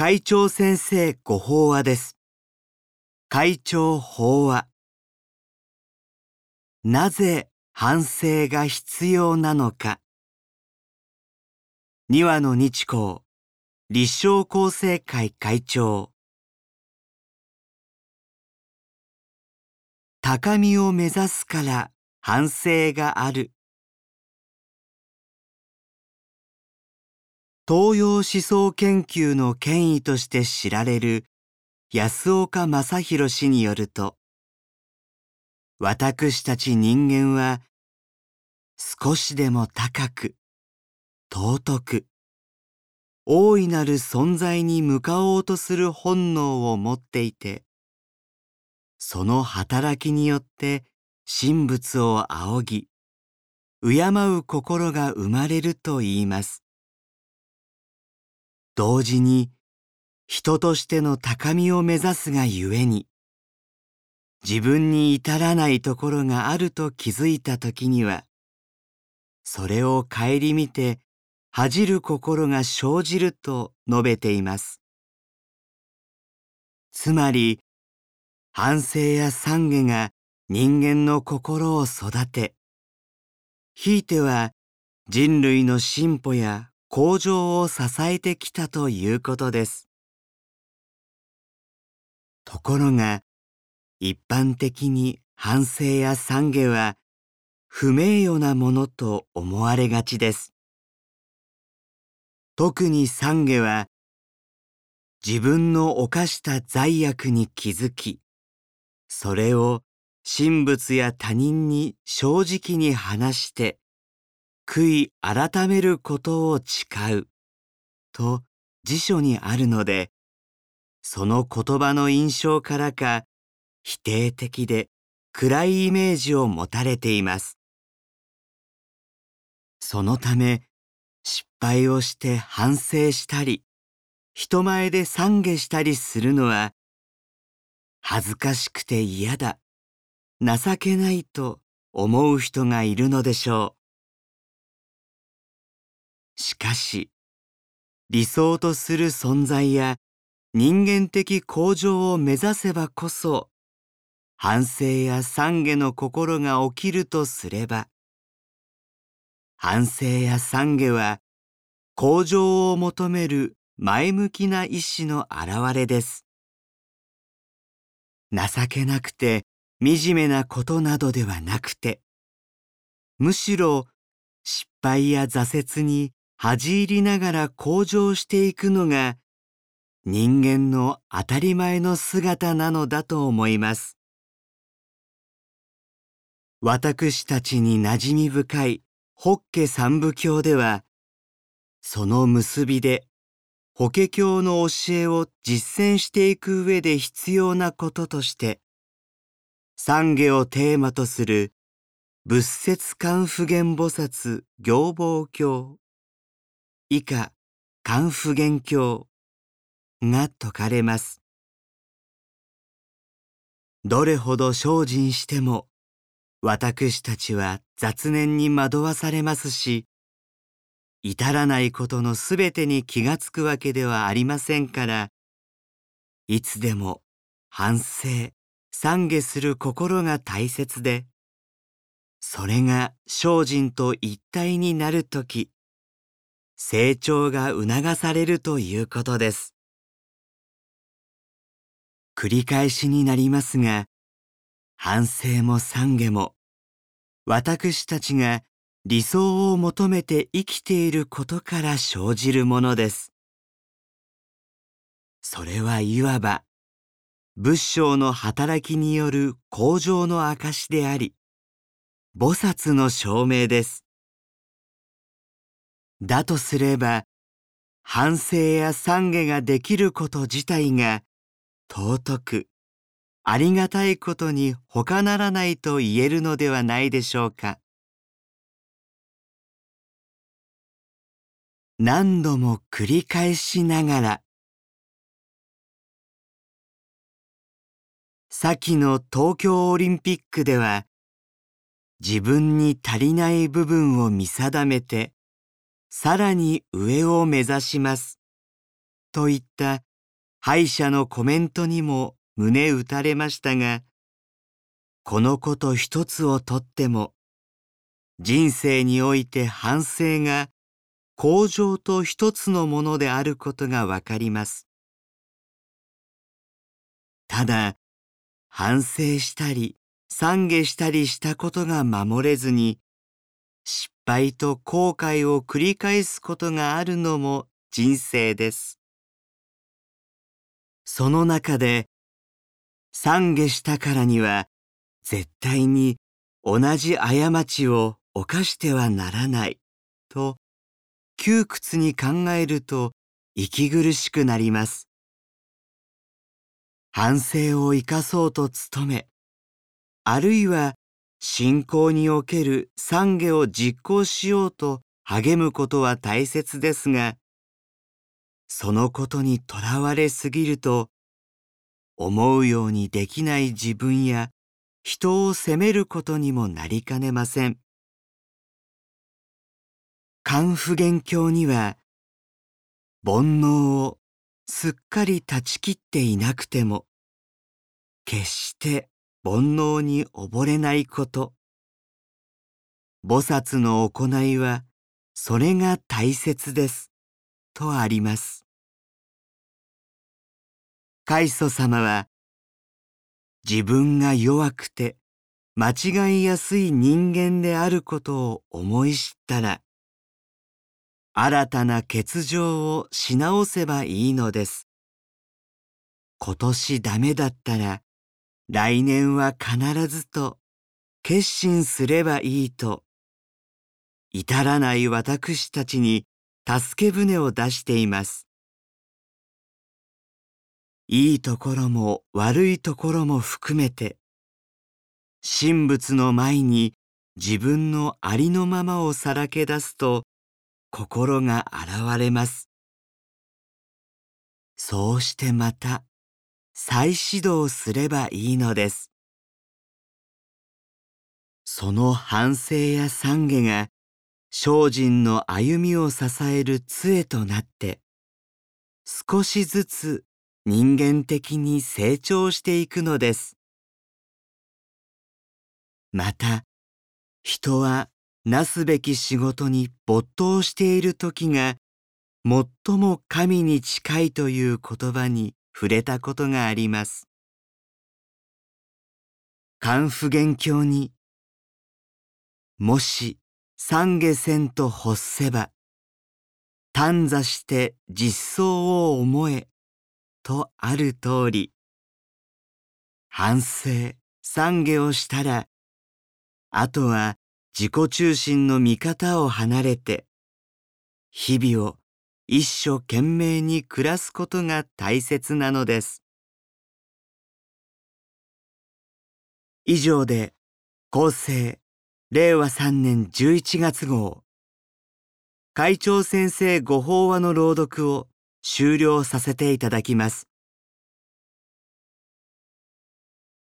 会長先生ご法話です。会長法話。なぜ反省が必要なのか。二羽の日光、立正厚生会会長。高みを目指すから反省がある。東洋思想研究の権威として知られる安岡正弘氏によると、私たち人間は少しでも高く、尊く、大いなる存在に向かおうとする本能を持っていて、その働きによって神仏を仰ぎ、敬う心が生まれると言います。同時に人としての高みを目指すがゆえに、自分に至らないところがあると気づいたときには、それを顧みて恥じる心が生じると述べています。つまり、反省や懺悔が人間の心を育て、ひいては人類の進歩や向上を支えてきたということです。ところが、一般的に反省や懺悔は不名誉なものと思われがちです。特に懺悔は、自分の犯した罪悪に気づき、それを神仏や他人に正直に話して悔い改めることを誓うと辞書にあるので、その言葉の印象からか否定的で暗いイメージを持たれています。そのため失敗をして反省したり、人前で懺悔したりするのは恥ずかしくて嫌だ、情けないと思う人がいるのでしょう。しかし、理想とする存在や人間的向上を目指せばこそ、反省や懺悔の心が起きるとすれば、反省や懺悔は向上を求める前向きな意志の表れです。情けなくて惨めなことなどではなくて、むしろ失敗や挫折に恥じ入りながら向上していくのが人間の当たり前の姿なのだと思います。私たちに馴染み深い法華三部経では、その結びで法華経の教えを実践していく上で必要なこととして、懺悔をテーマとする仏説観普賢菩薩行報経以下観普賢経が説かれます。どれほど精進しても私たちは雑念に惑わされますし、至らないことのすべてに気がつくわけではありませんから、いつでも反省、懺悔する心が大切で、それが精進と一体になるとき、成長が促されるということです。繰り返しになりますが、反省も懺悔も、私たちが理想を求めて生きていることから生じるものです。それはいわば、仏性の働きによる向上の証であり、菩薩の証明です。だとすれば、反省や懺悔ができること自体が尊く、ありがたいことに他ならないと言えるのではないでしょうか。何度も繰り返しながら、先の東京オリンピックでは、自分に足りない部分を見定めて、さらに上を目指しますといった敗者のコメントにも胸打たれましたが、このこと一つをとっても、人生において反省が向上と一つのものであることがわかります。ただ、反省したり、懺悔したりしたことが守れずに、失敗と後悔を繰り返すことがあるのも人生です。その中で、懺悔したからには、絶対に同じ過ちを犯してはならないと窮屈に考えると息苦しくなります。反省を生かそうと努め、あるいは信仰における懺悔を実行しようと励むことは大切ですが、そのことにとらわれすぎると、思うようにできない自分や人を責めることにもなりかねません。観普賢教には、煩悩をすっかり断ち切っていなくても、決して煩悩に溺れないこと、菩薩の行いはそれが大切です、とあります。開祖様は、自分が弱くて間違いやすい人間であることを思い知ったら、新たな欠場をし直せばいいのです。今年ダメだったら、来年は必ずと決心すればいいと、至らない私たちに助け舟を出しています。いいところも悪いところも含めて、神仏の前に自分のありのままをさらけ出すと、心が現れます。そうしてまた再始動すればいいのです。その反省や懺悔が精進の歩みを支える杖となって、少しずつ人間的に成長していくのです。また、人はなすべき仕事に没頭している時が最も神に近いという言葉に触れたことがあります。観普賢教に、もし懺悔せんと欲せば、短座して実相を思えとある通り、反省、懺悔をしたら、あとは自己中心の見方を離れて、日々を一生懸命に暮らすことが大切なのです。以上で、厚生令和3年11月号、会長先生ご法話の朗読を終了させていただきます。